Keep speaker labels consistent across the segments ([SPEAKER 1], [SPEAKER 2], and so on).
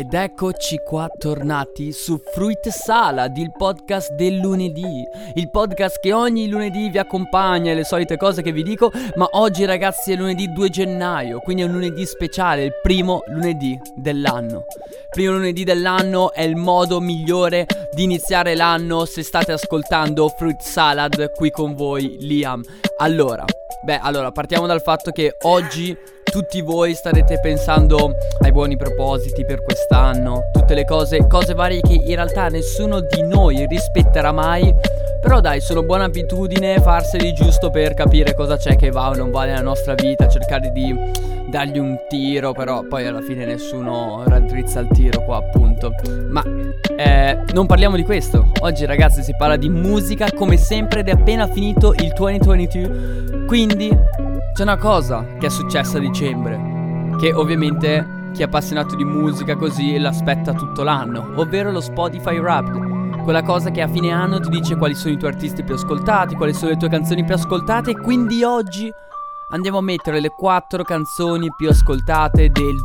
[SPEAKER 1] Ed eccoci qua tornati su Fruit Salad, il podcast del lunedì. Il podcast che ogni lunedì vi accompagna, le solite cose che vi dico. Ma oggi ragazzi è lunedì 2 gennaio, quindi è un lunedì speciale, il primo lunedì dell'anno. Il primo lunedì dell'anno è il modo migliore di iniziare l'anno se state ascoltando Fruit Salad qui con voi, Liam. Allora, partiamo dal fatto che oggi tutti voi starete pensando ai buoni propositi per quest'anno, tutte le cose varie che in realtà nessuno di noi rispetterà mai. Però dai, sono buona abitudine farseli giusto per capire cosa c'è che va o non va nella nostra vita, cercare di dargli un tiro, però poi alla fine nessuno raddrizza il tiro qua appunto. Ma non parliamo di questo. Oggi ragazzi si parla di musica come sempre ed è appena finito il 2022. Quindi c'è una cosa che è successa a dicembre, che ovviamente chi è appassionato di musica così l'aspetta tutto l'anno, ovvero lo Spotify Wrapped. Quella cosa che a fine anno ti dice quali sono i tuoi artisti più ascoltati, quali sono le tue canzoni più ascoltate. E quindi oggi andiamo a mettere le 4 canzoni più ascoltate del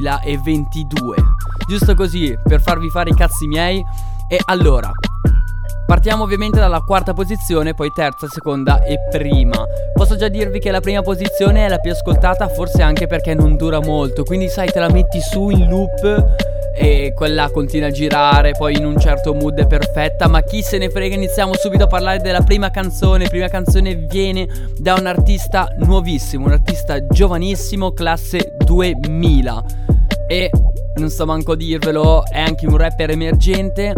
[SPEAKER 1] 2022, giusto così per farvi fare i cazzi miei. E allora partiamo ovviamente dalla quarta posizione, poi terza, seconda e prima. Posso già dirvi che la prima posizione è la più ascoltata, forse anche perché non dura molto, quindi sai, te la metti su in loop e quella continua a girare, poi in un certo mood è perfetta. Ma chi se ne frega, iniziamo subito a parlare della prima canzone. La prima canzone viene da un artista nuovissimo, un artista giovanissimo, classe 2000. E non sto manco a dirvelo, è anche un rapper emergente.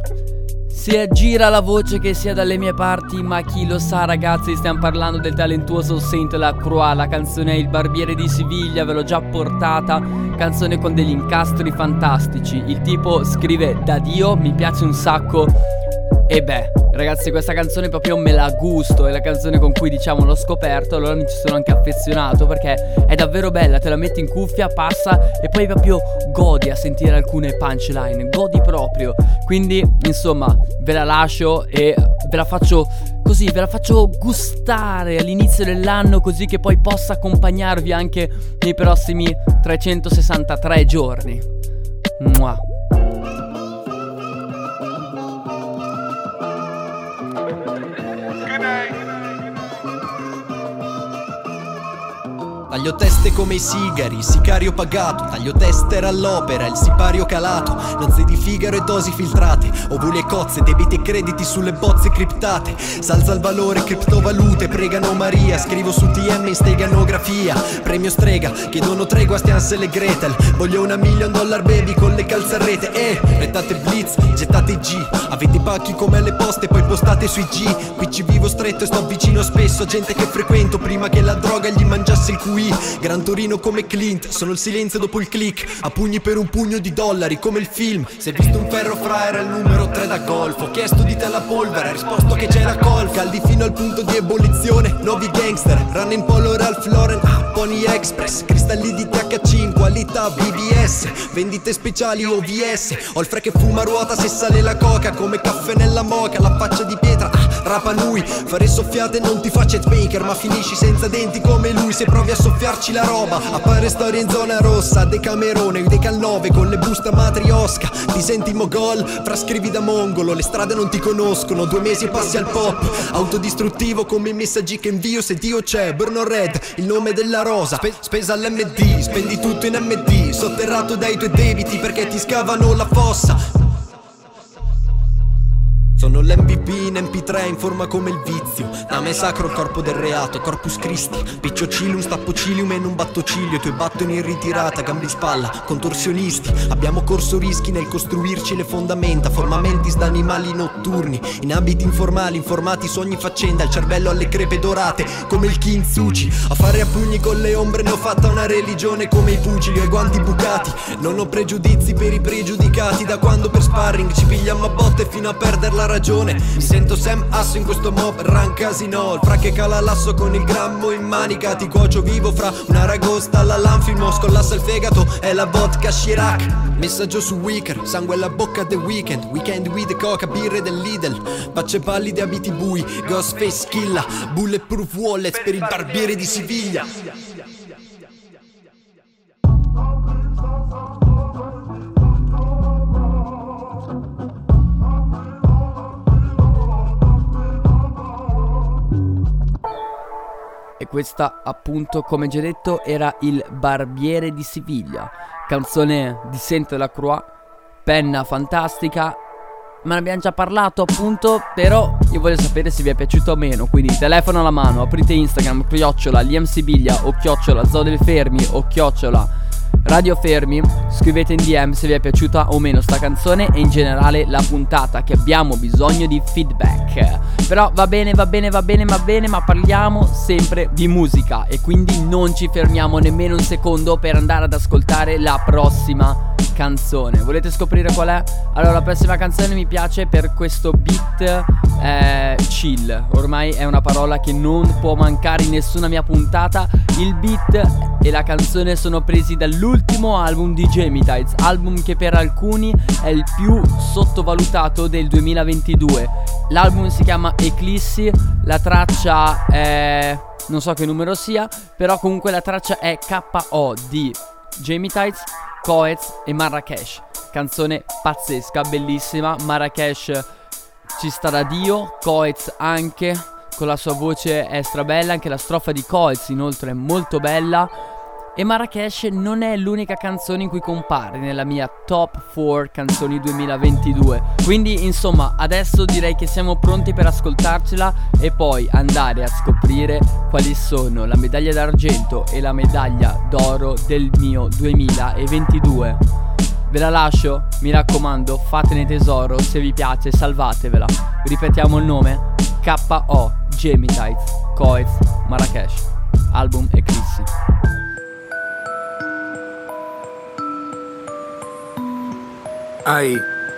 [SPEAKER 1] Si aggira la voce che sia dalle mie parti, ma chi lo sa ragazzi, stiamo parlando del talentuoso Saint Lacroix. La canzone è Il barbiere di Siviglia, ve l'ho già portata, canzone con degli incastri fantastici. Il tipo scrive da Dio, mi piace un sacco. E beh, ragazzi, questa canzone proprio me la gusto, è la canzone con cui diciamo l'ho scoperto, allora mi ci sono anche affezionato perché è davvero bella, te la metti in cuffia, passa e poi proprio godi a sentire alcune punchline, godi proprio. Quindi insomma ve la lascio e ve la faccio così, ve la faccio gustare all'inizio dell'anno, così che poi possa accompagnarvi anche nei prossimi 363 giorni. Mua.
[SPEAKER 2] Taglio teste come i sigari, sicario pagato. Taglio tester all'opera, il sipario calato. Nozze di Figaro e dosi filtrate, ovuli e cozze, debiti e crediti sulle bozze criptate. S'alza il valore, criptovalute, pregano Maria. Scrivo su TM in steganografia. Premio strega, chiedono tregua, stian se le Gretel. Voglio $1 million baby con le calze a rete. Rettate blitz, gettate i G. Avete i pacchi come alle poste, poi postate sui G. Qui ci vivo stretto e sto vicino spesso a gente che frequento prima che la droga gli mangiasse il QI. Gran Torino come Clint, sono il silenzio dopo il click. A pugni per $1 pugno come il film. Se hai visto un ferro fra era il numero 3 da golf. Ho chiesto di te la polvere, hai risposto che c'è la colf. Caldi fino al punto di ebollizione, nuovi gangster. Run in polo Ralph Lauren, Pony Express. Cristalli di THC, qualità BBS. Vendite speciali OVS. Ho il fre che fuma a ruota se sale la coca. Come caffè nella moca, la faccia di pietra, Rapa Nui. Fare soffiate non ti fa chatmaker, ma finisci senza denti come lui. Se provi a soffiarci la roba, appare storia in zona rossa. Decamerone, Decal 9 con le busta matriosca. Ti senti mogol, frascrivi da mongolo. Le strade non ti conoscono, 2 mesi e passi al pop. Autodistruttivo come i messaggi che invio. Se Dio c'è, Burno Red, il nome della rosa. Spesa all'MD, spendi tutto in MD. Sotterrato dai tuoi debiti perché ti scavano la fossa. Sono l'MVP in MP3 in forma come il vizio. Da me sacro il corpo del reato, Corpus Christi. Piccio cilium, stappo cilium e non batto ciglio. I tuoi battono in ritirata, gambe in spalla, contorsionisti. Abbiamo corso rischi nel costruirci le fondamenta. Formamentis da animali notturni, in abiti informali, informati sogni faccenda. Il cervello alle crepe dorate, come il Kintsuchi. A fare a pugni con le ombre ne ho fatta una religione come i pugili. Ho i guanti bucati, non ho pregiudizi per i pregiudicati. Da quando per sparring ci pigliamo a botte fino a perdere la ragione. Mi sento Sam Asso in questo mob run casino. Il fra che cala l'asso con il grammo in manica. Ti cuocio vivo fra una ragosta alla Lanfilmo. Scollassa il fegato è la vodka Chirac. Messaggio su Wicker, sangue alla bocca The Weeknd. Weekend with coca, birre del Lidl. Facce pallide, abiti bui, Ghostface killa. Bulletproof wallets per il barbiere di Siviglia.
[SPEAKER 1] questa appunto, come già detto, era Il Barbiere di Siviglia, canzone di Saint Delacroix, penna fantastica. Ma ne abbiamo già parlato appunto, però io voglio sapere se vi è piaciuto o meno. Quindi telefono alla mano, aprite Instagram, @Liam Siviglia o @Zodel Fermi o @Radio Fermi. Scrivete in DM se vi è piaciuta o meno sta canzone e in generale la puntata, che abbiamo bisogno di feedback. Però va bene, ma parliamo sempre di musica e quindi non ci fermiamo nemmeno un secondo per andare ad ascoltare la prossima canzone. Volete scoprire qual è? Allora, la prossima canzone mi piace per questo beat chill. Ormai è una parola che non può mancare in nessuna mia puntata. Il beat e la canzone sono presi dall'ultimo album di Jamie Tights, album che per alcuni è il più sottovalutato del 2022. L'album si chiama Eclissi, la traccia è... non so che numero sia, però comunque la traccia è KO di Jamie Tights, Coez e Marrakesh. Canzone pazzesca, bellissima. Marrakesh ci sta da Dio, Coez anche, con la sua voce è strabella. Anche la strofa di Coez inoltre è molto bella. E Marrakesh non è l'unica canzone in cui compare nella mia top 4 canzoni 2022. Quindi insomma adesso direi che siamo pronti per ascoltarcela e poi andare a scoprire quali sono la medaglia d'argento e la medaglia d'oro del mio 2022. Ve la lascio, mi raccomando, fatene tesoro, se vi piace salvatevela. Ripetiamo il nome: KO, Jamie Tights, Coez, Marrakesh, album Eclissi.
[SPEAKER 3] Ai,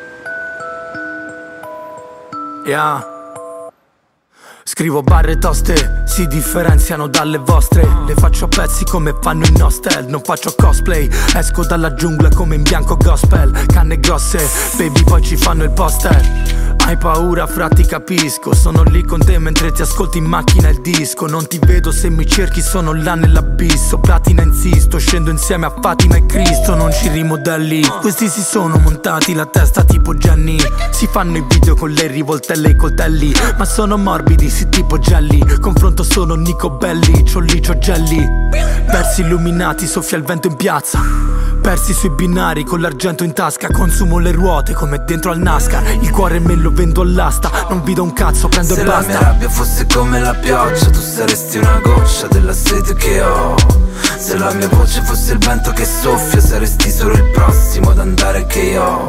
[SPEAKER 3] yeah. Scrivo barre toste, si differenziano dalle vostre. Le faccio a pezzi come fanno i nostel. Non faccio cosplay, esco dalla giungla come in bianco gospel. Canne grosse, baby poi ci fanno il poster. Hai paura, fra, ti capisco. Sono lì con te mentre ti ascolti in macchina il disco. Non ti vedo se mi cerchi, sono là nell'abisso. Platina insisto, scendo insieme a Fatima e Cristo. Non ci rimodelli, questi si sono montati la testa tipo Gianni. Si fanno i video con le rivoltelle e i coltelli, ma sono morbidi, sì tipo gelli. Confronto solo Nico Belli, c'ho lì, c'ho gelli. Versi illuminati, soffia il vento in piazza. Persi sui binari con l'argento in tasca. Consumo le ruote come dentro al NASCAR. Il cuore me lo vendo all'asta. Non vi do un cazzo, prendo e basta.
[SPEAKER 4] Se la mia rabbia fosse come la pioggia, tu saresti una goccia della sete che ho. Se la mia voce fosse il vento che soffia, saresti solo il prossimo ad andare che io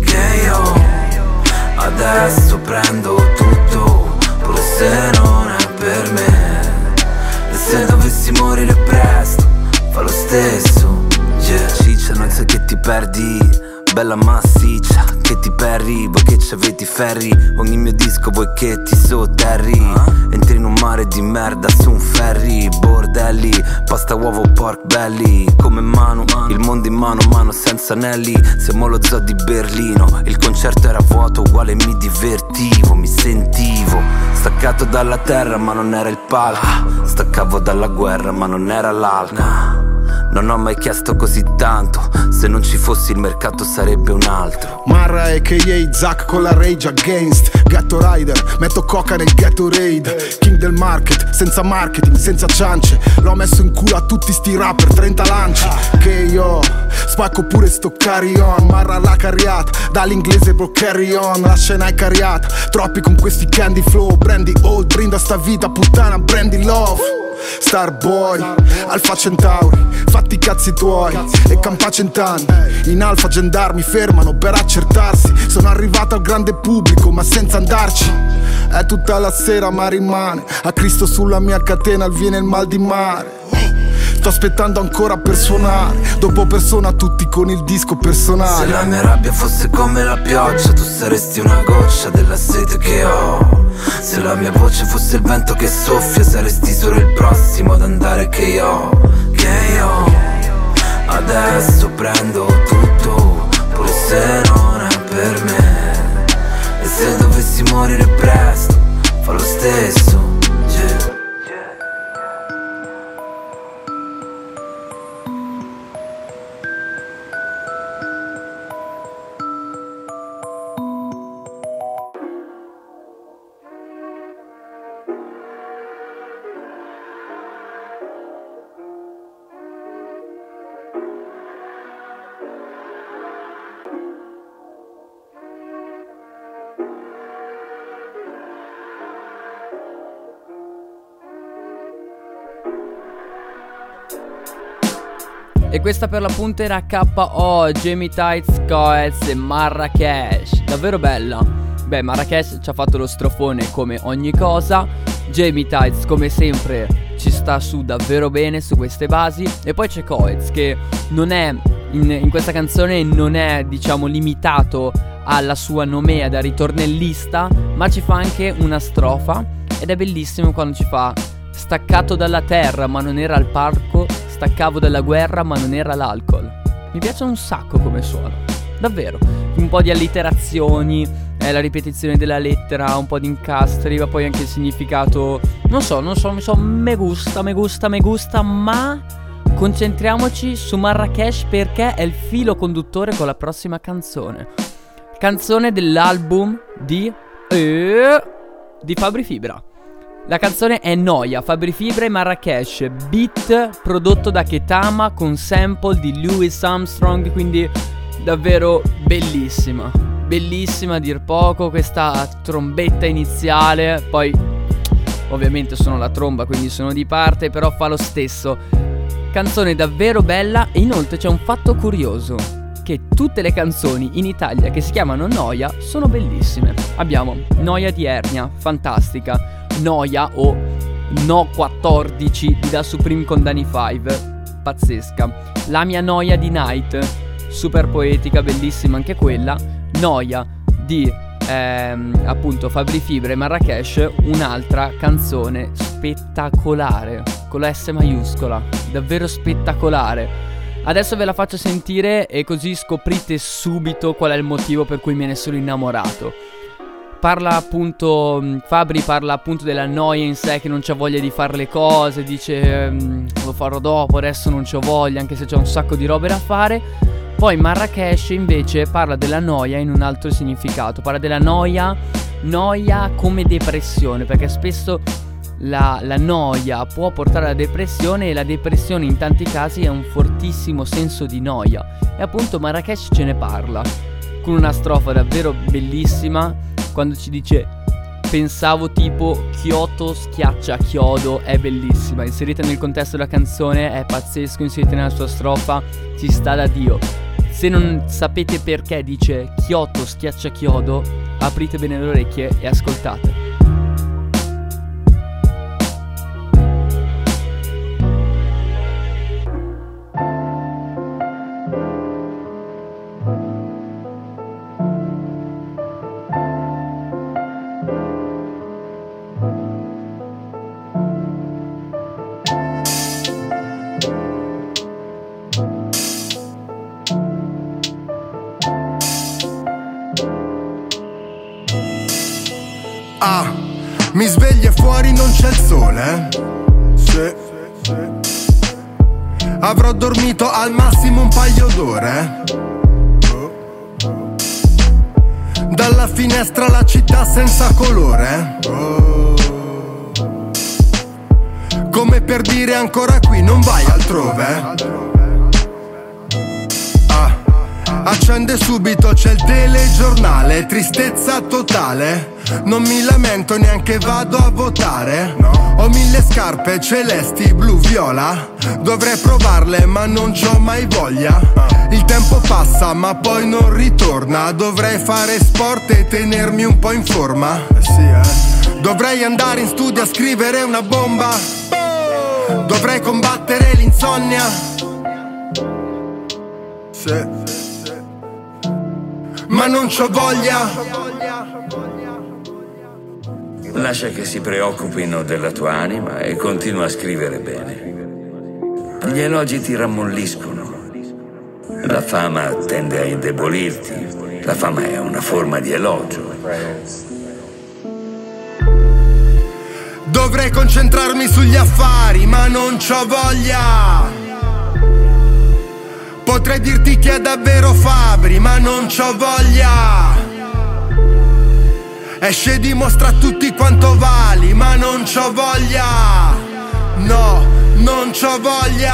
[SPEAKER 4] adesso prendo tutto, pure se non è per me. E se dovessi morire presto, fa lo stesso. Ciccia, non sai che ti perdi, bella massiccia, che ti perri, voi che c'avete i ferri. Ogni mio disco vuoi che ti sotterri. Entri in un mare di merda su un ferry. Bordelli, pasta, uovo, pork belly. Come Manu, il mondo in mano senza anelli. Siamo lo zoo di Berlino, il concerto era vuoto, uguale mi divertivo, mi sentivo staccato dalla terra ma non era il palco. Staccavo dalla guerra ma non era l'alcol. Non ho mai chiesto così tanto, se non ci fossi il mercato sarebbe un altro.
[SPEAKER 5] Marra a.k.a. Zack con la Rage Against. Ghetto Rider, metto coca nel Gatorade. King del market, senza marketing, senza ciance. L'ho messo in culo a tutti sti rapper, 30 lanci. Che io spacco pure sto carry on. Marra la carriata, dall'inglese bro carry on. La scena è cariata, troppi con questi candy flow. Brandy old, brinda sta vita, puttana, brandy love. Starboy, Alfa Centauri, fatti i cazzi tuoi. E campa 100 anni, in Alfa gendarmi fermano per accertarsi. Sono arrivato al grande pubblico ma senza andarci. È tutta la sera ma rimane a Cristo sulla mia catena, viene il mal di mare. Sto aspettando ancora per suonare, dopo persona tutti con il disco personale.
[SPEAKER 4] Se la mia rabbia fosse come la pioggia, tu saresti una goccia della sete che ho. Se la mia voce fosse il vento che soffia, saresti solo il prossimo ad andare che io adesso prendo tutto, pure se non è per me. E se dovessi morire presto, fa lo stesso.
[SPEAKER 1] E questa per l'appunto era K.O, Jamie Tights, Coez e Marrakesh. Davvero bella. Beh, Marrakesh ci ha fatto lo strofone come ogni cosa. Jamie Tights come sempre ci sta su davvero bene su queste basi. E poi c'è Coez che non è in questa canzone non è diciamo limitato alla sua nomea da ritornellista, ma ci fa anche una strofa. Ed è bellissimo quando ci fa: staccato dalla terra ma non era al parco, staccavo dalla guerra ma non era l'alcol. Mi piace un sacco come suono, davvero. Un po' di allitterazioni, la ripetizione della lettera, un po' di incastri, ma poi anche il significato. Non so, me gusta, ma concentriamoci su Marrakesh perché è il filo conduttore con la prossima canzone. Canzone dell'album di Fabri Fibra. La canzone è Noia, Fabri Fibra e Marrakesh, beat prodotto da Ketama con sample di Louis Armstrong, quindi davvero bellissima. Bellissima a dir poco, questa trombetta iniziale, poi ovviamente sono la tromba quindi sono di parte, però fa lo stesso. Canzone davvero bella e inoltre c'è un fatto curioso, che tutte le canzoni in Italia che si chiamano Noia sono bellissime. Abbiamo Noia di Ernia, fantastica. Noia o No 14 di Da Supreme con Danny Five, pazzesca. La mia noia di Night, super poetica, bellissima anche quella. Noia di appunto Fabri Fibra e Marrakesh, un'altra canzone spettacolare con la S maiuscola, davvero spettacolare. Adesso ve la faccio sentire e così scoprite subito qual è il motivo per cui me ne sono innamorato. Fabri parla appunto della noia in sé, che non c'ha voglia di fare le cose, dice lo farò dopo, adesso non c'ho voglia, anche se c'è un sacco di robe da fare. Poi Marrakesh invece parla della noia in un altro significato, parla della noia come depressione, perché spesso la noia può portare alla depressione e la depressione in tanti casi è un fortissimo senso di noia. E appunto Marrakesh ce ne parla con una strofa davvero bellissima, quando ci dice pensavo tipo Kyoto schiaccia chiodo, è bellissima, inserita nel contesto della canzone è pazzesco, inserita nella sua strofa ci sta da Dio. Se non sapete perché dice Kyoto schiaccia chiodo, aprite bene le orecchie e ascoltate.
[SPEAKER 5] Mi sveglio e fuori non c'è il sole, sì. Avrò dormito al massimo un paio d'ore. Dalla finestra la città senza colore, come per dire ancora qui, non vai altrove. Accende subito, c'è il telegiornale, tristezza totale. Non mi lamento, neanche vado a votare. Ho 1000 scarpe celesti, blu, viola. Dovrei provarle ma non c'ho mai voglia. Il tempo passa ma poi non ritorna. Dovrei fare sport e tenermi un po' in forma. Dovrei andare in studio a scrivere una bomba. Dovrei combattere l'insonnia. Ma non c'ho voglia.
[SPEAKER 6] Lascia che si preoccupino della tua anima e continua a scrivere bene. Gli elogi ti rammolliscono. La fama tende a indebolirti. La fama è una forma di elogio.
[SPEAKER 5] Dovrei concentrarmi sugli affari, ma non c'ho voglia. Potrei dirti chi è davvero Fabri, ma non c'ho voglia. Esce e dimostra a tutti quanto vali, ma non c'ho voglia. No, non c'ho voglia.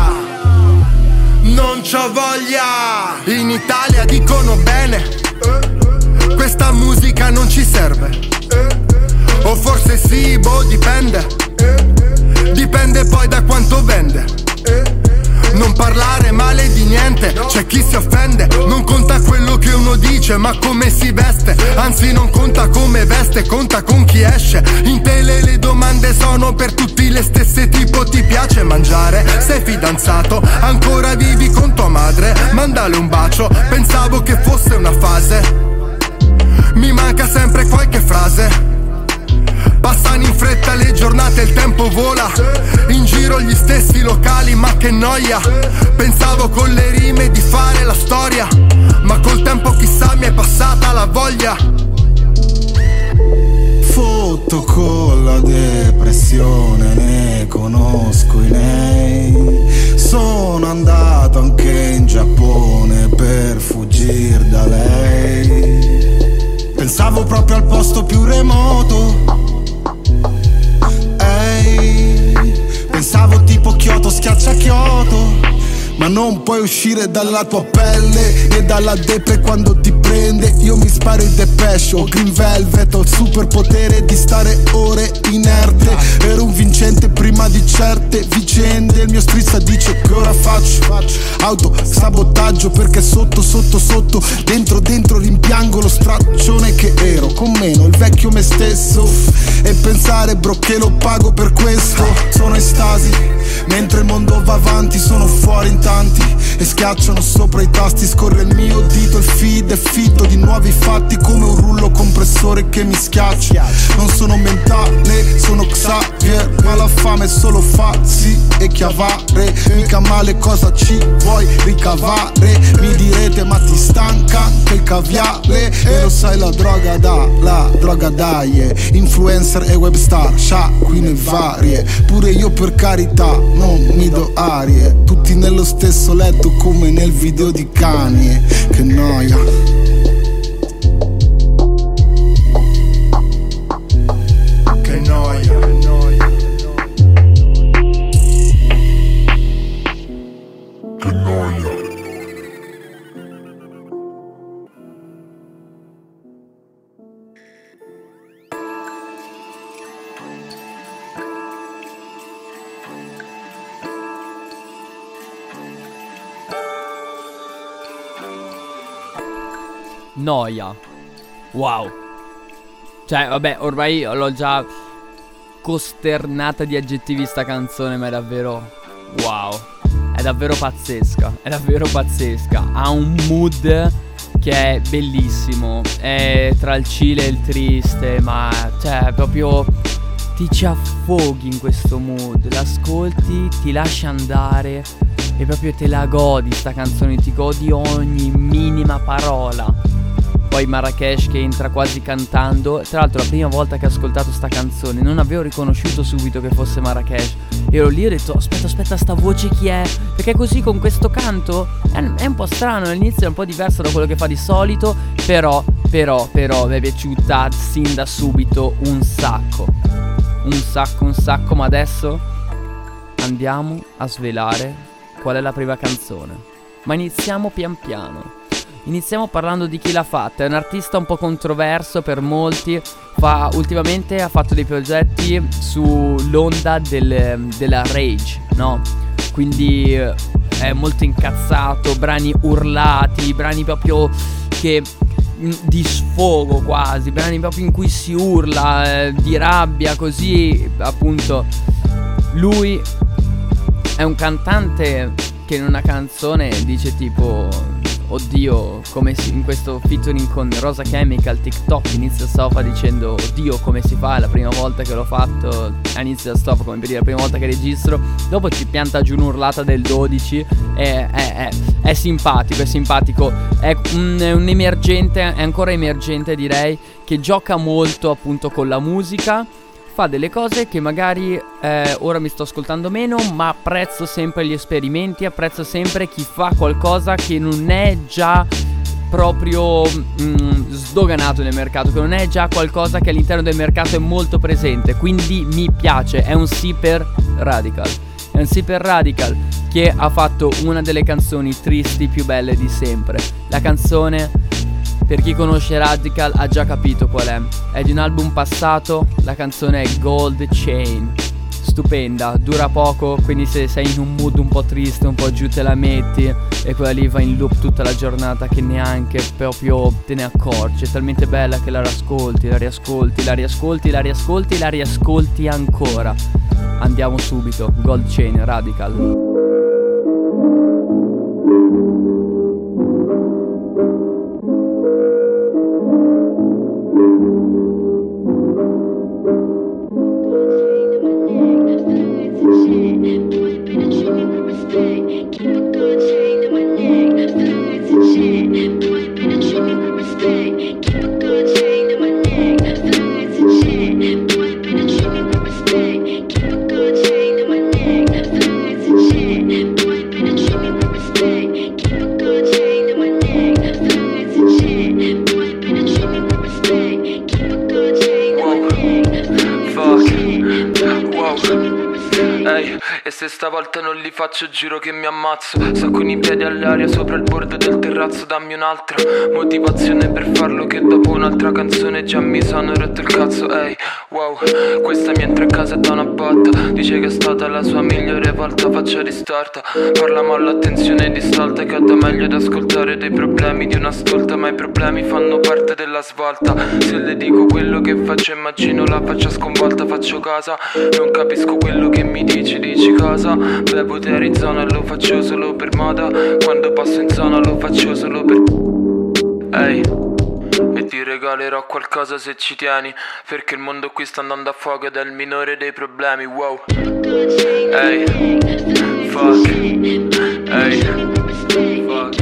[SPEAKER 5] Non c'ho voglia. In Italia dicono bene, questa musica non ci serve. O forse sì, boh, dipende. Dipende poi da quanto vende. Non parlare piace ma come si veste, anzi non conta come veste, conta con chi esce. In tele le domande sono per tutti le stesse, tipo ti piace mangiare, sei fidanzato, ancora vivi con tua madre, mandale un bacio, pensavo che fosse una fase, mi manca sempre qualche frase. Passano in fretta le giornate, il tempo vola, in giro gli stessi locali, ma che noia. Pensavo con le rime di fare la storia, ma col tempo chissà mi è passata la voglia.
[SPEAKER 7] Fotto con la depressione, ne conosco i nei. Sono andato anche in Giappone per fuggire da lei. Pensavo proprio al posto più remoto, pensavo tipo Kyoto schiaccia Kyoto. Ma non puoi uscire dalla tua pelle e dalla depre quando ti prende. Io mi sparo il Depeche o Green Velvet, ho il superpotere di stare ore inerte. Ero un vincente prima di certe vicende. Il mio strizza dice che ora faccio autosabotaggio, perché sotto dentro rimpiango lo straccione che ero, con meno il vecchio me stesso. E pensare bro che lo pago per questo. Sono estasi mentre il mondo va avanti, sono fuori in tanti e schiacciano sopra i tasti. Scorre il mio dito, il feed è fitto di nuovi fatti, come un rullo compressore che mi schiaccia. Non sono mentale, sono Xavier, ma la fame è solo farsi e chiavare. Mica male, cosa ci vuoi ricavare? Mi direte ma ti stanca anche il caviale. E lo sai la droga dai, influencer e webstar, sciacquine varie. Pure io per carità non mi do arie, tutti nello stesso letto come nel video di Kanye. Che noia.
[SPEAKER 5] Che noia.
[SPEAKER 7] Che noia.
[SPEAKER 1] Noia. Wow. Cioè, vabbè, ormai l'ho già costernata di aggettivi sta canzone, ma è davvero wow. È davvero pazzesca. È davvero pazzesca. Ha un mood che è bellissimo. È tra il chill e il triste, ma cioè proprio ti ci affoghi in questo mood. L'ascolti, ti lasci andare e proprio te la godi sta canzone. Ti godi ogni minima parola. Poi Marrakesh che entra quasi cantando. Tra l'altro la prima volta che ho ascoltato sta canzone non avevo riconosciuto subito che fosse Marrakesh. Ero lì e ho detto aspetta, sta voce chi è? Perché così con questo canto è un po' strano. All'inizio è un po' diverso da quello che fa di solito. Però mi è piaciuta sin da subito un sacco. Ma adesso andiamo a svelare qual è la prima canzone. Ma iniziamo pian piano. Iniziamo parlando di chi l'ha fatta. È un artista un po' controverso per molti. Ultimamente ha fatto dei progetti sull'onda della rage, no? Quindi è molto incazzato, brani urlati, brani proprio che di sfogo quasi, brani proprio in cui si urla, di rabbia, così appunto. Lui è un cantante che in una canzone dice tipo oddio, come in questo featuring con Rosa Chemical TikTok inizia Stofa dicendo oddio come si fa, è la prima volta che l'ho fatto, inizia Stofa come per dire la prima volta che registro, dopo ci pianta giù un'urlata del 12, è simpatico, è un emergente, è ancora emergente direi, che gioca molto appunto con la musica. Fa delle cose che magari ora mi sto ascoltando meno, ma apprezzo sempre gli esperimenti, apprezzo sempre chi fa qualcosa che non è già proprio sdoganato nel mercato, che non è già qualcosa che all'interno del mercato è molto presente, quindi mi piace. È un Super Radical, che ha fatto una delle canzoni tristi più belle di sempre. La canzone, per chi conosce Radical ha già capito qual è di un album passato, la canzone è Gold Chain. stupenda, dura poco, quindi se sei in un mood un po' triste, un po' giù, te la metti e quella lì va in loop tutta la giornata che neanche proprio te ne accorgi. È talmente bella che la riascolti, la riascolti, la riascolti, la riascolti, la riascolti ancora. Andiamo subito, Gold Chain, Radical.
[SPEAKER 3] E se stavolta non li faccio giuro che mi ammazzo. Sto con i piedi all'aria sopra il bordo del terrazzo. Dammi un'altra motivazione per farlo, che dopo un'altra canzone già mi sono rotto il cazzo. Ehi, wow, questa mi entra in casa da una botta. Dice che è stata la sua migliore volta, faccia ristorta. Parla ma l'attenzione distolta, che ho da meglio ad ascoltare dei problemi di una stolta. Ma i problemi fanno parte della svolta. Se le dico quello che faccio immagino la faccia sconvolta. Faccio cosa, non capisco quello che mi dici. Dici cosa? Bevo te Arizona e lo faccio solo per moda. Quando passo in zona lo faccio solo per... Ehi, e ti regalerò qualcosa se ci tieni, perché il mondo qui sta andando a fuoco ed è il minore dei problemi. Wow. Ehi, fuck. Ehi, fuck.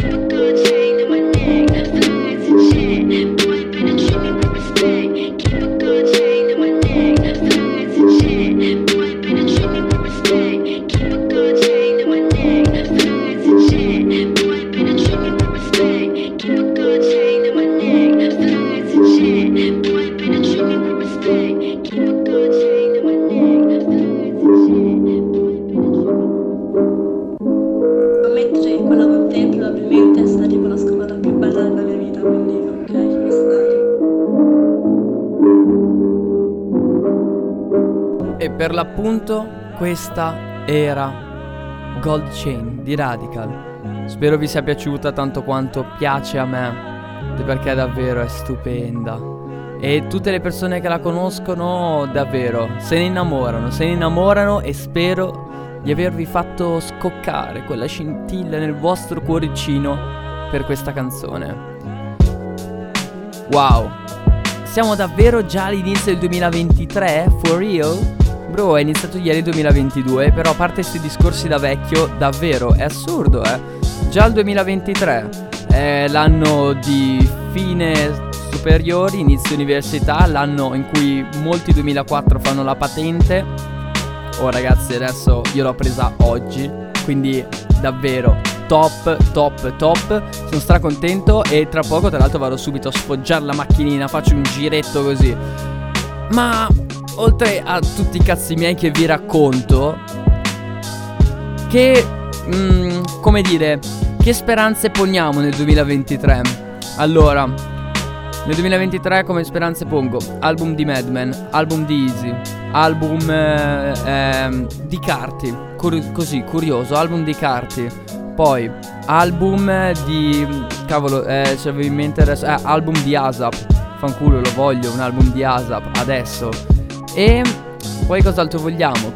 [SPEAKER 1] E per l'appunto questa era Gold Chain di Radical. Spero vi sia piaciuta tanto quanto piace a me, perché davvero è stupenda. E tutte le persone che la conoscono davvero se ne innamorano e spero di avervi fatto scoccare quella scintilla nel vostro cuoricino per questa canzone. Wow, siamo davvero già all'inizio del 2023? For real? Bro, è iniziato ieri 2022, però a parte questi discorsi da vecchio, davvero, è assurdo, Già il 2023 è l'anno di fine superiori, inizio università, l'anno in cui molti 2004 fanno la patente. Oh ragazzi, adesso io l'ho presa oggi, quindi davvero top. Sono stracontento e tra poco tra l'altro vado subito a sfoggiare la macchinina, faccio un giretto così. Ma oltre a tutti i cazzi miei che vi racconto, che come dire, che speranze poniamo nel 2023? Allora, nel 2023 come speranze pongo album di Madman, album di Easy, album di Carti, così curioso, album di Carti. Poi album di cavolo, c'avevo in mente adesso, album di ASAP. Fanculo, lo voglio un album di ASAP adesso. E poi cos'altro vogliamo?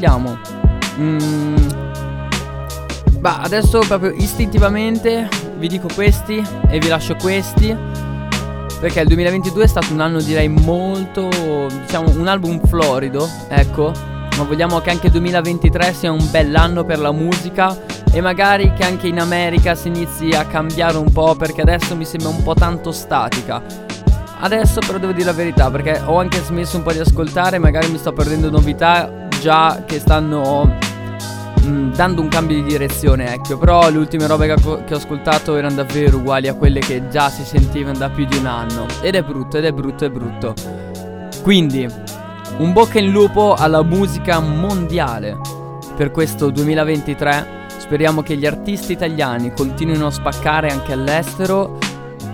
[SPEAKER 1] Bah, adesso proprio istintivamente vi dico questi e vi lascio questi, perché il 2022 è stato un anno direi molto, diciamo, un album florido, ecco. Ma vogliamo che anche il 2023 sia un bell'anno per la musica e magari che anche in America si inizi a cambiare un po', perché adesso mi sembra un po' tanto statica. Adesso però devo dire la verità, perché ho anche smesso un po' di ascoltare, magari mi sto perdendo novità già che stanno dando un cambio di direzione, ecco. Però le ultime robe che ho ascoltato erano davvero uguali a quelle che già si sentivano da più di un anno. Ed è brutto. Quindi un bocca in lupo alla musica mondiale per questo 2023. Speriamo che gli artisti italiani continuino a spaccare anche all'estero,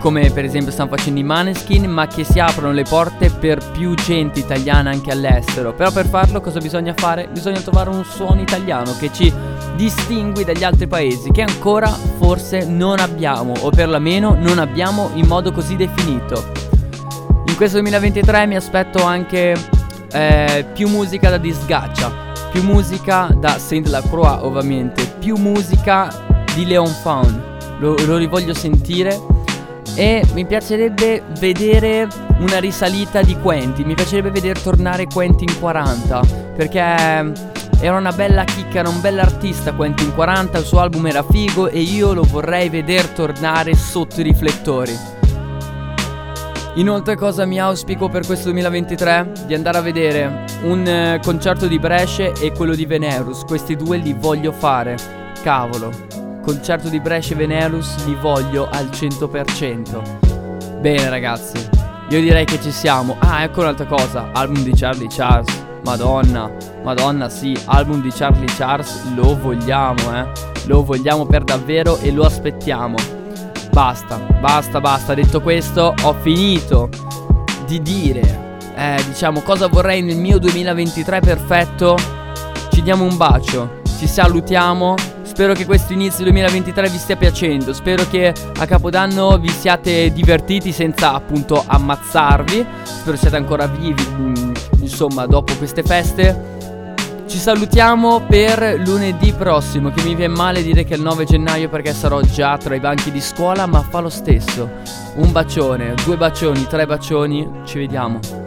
[SPEAKER 1] come per esempio stanno facendo i Maneskin, ma che si aprono le porte per più gente italiana anche all'estero. Però per farlo cosa bisogna fare? Bisogna trovare un suono italiano che ci distingui dagli altri paesi, che ancora forse non abbiamo, o perlomeno non abbiamo in modo così definito. In questo 2023 mi aspetto anche più musica da Disgaccia, più musica da Saint Lacroix ovviamente, più musica di Leon Faun, lo rivoglio sentire. E mi piacerebbe vedere una risalita di Quentin, mi piacerebbe vedere tornare Quentin 40, perché era una bella chicca, era un bell'artista Quentin 40, il suo album era figo e io lo vorrei vedere tornare sotto i riflettori. Inoltre cosa mi auspico per questo 2023? Di andare a vedere un concerto di Brescia e quello di Venerus. Questi due li voglio fare. Cavolo, concerto di Brescia e Venerus li voglio al 100%. Bene ragazzi, io direi che ci siamo. Ah, ecco un'altra cosa, album di Charlie Charles. Madonna sì, album di Charlie Charles lo vogliamo, lo vogliamo per davvero e lo aspettiamo. Basta, detto questo ho finito di dire diciamo cosa vorrei nel mio 2023 perfetto. Ci diamo un bacio, ci salutiamo. Spero che questo inizio 2023 vi stia piacendo, spero che a Capodanno vi siate divertiti senza appunto ammazzarvi, spero siate ancora vivi insomma dopo queste feste. Ci salutiamo per lunedì prossimo, che mi viene male dire che è il 9 gennaio perché sarò già tra i banchi di scuola, ma fa lo stesso. Un bacione, 2 bacioni, 3 bacioni, ci vediamo.